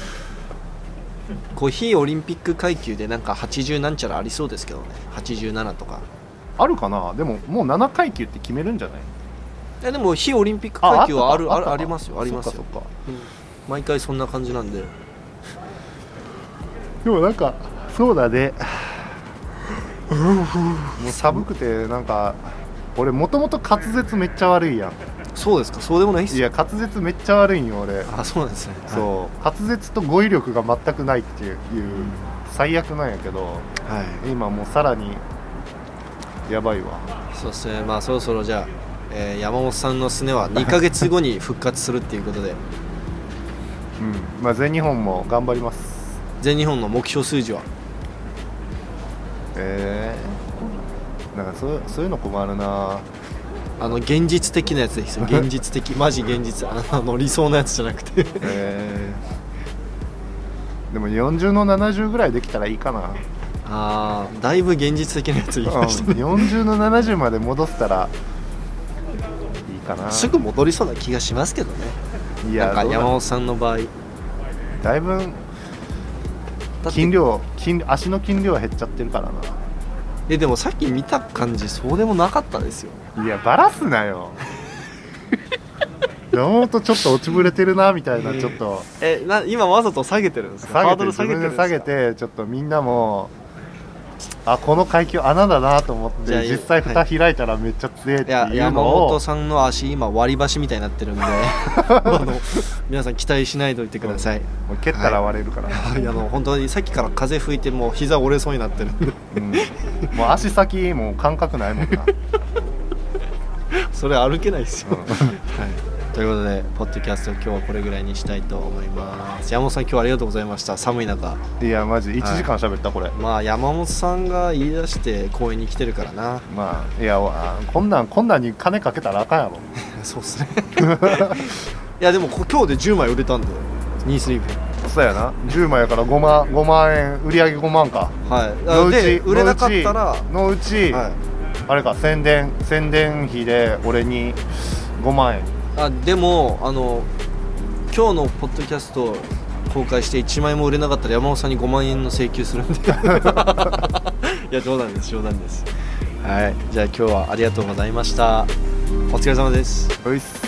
Speaker 1: こう非オリンピック階級でなんかはちじゅうなんちゃらありそうですけどね。はちじゅうななとか
Speaker 2: あるかな。でももうななかい級って決めるんじゃない。
Speaker 1: いやでも非オリンピック階級はある あ, あ, ありますよ。ありますよ。
Speaker 2: そっかそっか、
Speaker 1: うん、毎回そんな感じなんで。
Speaker 2: でもなんかそうだねもう寒くてなんか俺もともと滑舌めっちゃ悪いやん。
Speaker 1: そうですか。そうでもないっすよ。
Speaker 2: いや滑舌めっちゃ悪いんよ俺。
Speaker 1: あ、そうなんですね。
Speaker 2: そう、はい、滑舌と語彙力が全くないっていう、うん、最悪なんやけど、はい、今もうさらにやばいわ。
Speaker 1: そうですね。まあそろそろじゃあ、えー、山本さんのすねはにかげつごに復活するっていうことでうん、
Speaker 2: まあ全日本も頑張ります。
Speaker 1: 全日本の目標数字は
Speaker 2: えー、なんかそう、そういうの困るな。
Speaker 1: あの現実的なやつですよ。現実的マジ現実あの理想のやつじゃなくて
Speaker 2: えー、でもよんじゅうのななじゅうぐらいできたらいいかな。
Speaker 1: あー、だいぶ現実的なやつ言いましたね、
Speaker 2: うん、よんじゅうのななじゅうまで戻せたらいいかな。
Speaker 1: すぐ戻りそうな気がしますけどね。いや、なんか山本さんの場合
Speaker 2: だいぶ筋量筋足の筋量は減っちゃってるからな。
Speaker 1: えでもさっき見た感じそうでもなかったですよ。
Speaker 2: いやバラすなよ山本ちょっと落ちぶれてるなみたいな。ちょっと
Speaker 1: えな今わざと下げてるんですか。ハードル下げてるんですか。
Speaker 2: 自分で下げてちょっとみんなもあこの階級穴だなと思って実際蓋開いたらめっちゃ強いっていうのを、
Speaker 1: いや山本さんの足今割り箸みたいになってるんであの皆さん期待しないでおいてください、うん、も
Speaker 2: う蹴ったら割れるから、
Speaker 1: はい、いやあの本当にさっきから風吹いてもう膝折れそうになってるんで、
Speaker 2: うん、もう足先もう感覚ないもんな
Speaker 1: それ歩けないですよ、うんはい、ということでポッドキャスト今日はこれぐらいにしたいと思います。山本さん今日はありがとうございました。寒い中。
Speaker 2: いやマジいちじかん喋った、はい、これ。
Speaker 1: まあ山本さんが言い出して公園に来てるからな。
Speaker 2: まあいやこんなんこんなんに金かけたらあかんやろ
Speaker 1: そうっすねいやでも今日でじゅうまい売れたんでニースリーブ
Speaker 2: そうやなじゅうまいやからごまんごまん円売り上げごまんか。
Speaker 1: はいのうちで売れなかったら
Speaker 2: のうち、はい、あれか宣伝宣伝費で俺にごまん円。
Speaker 1: あでもあの今日のポッドキャスト公開していちまいも売れなかったら山本さんにごまん円の請求するんでいや冗談です冗談です。はいじゃあ今日はありがとうございました。お疲れ様です。
Speaker 2: おいっす。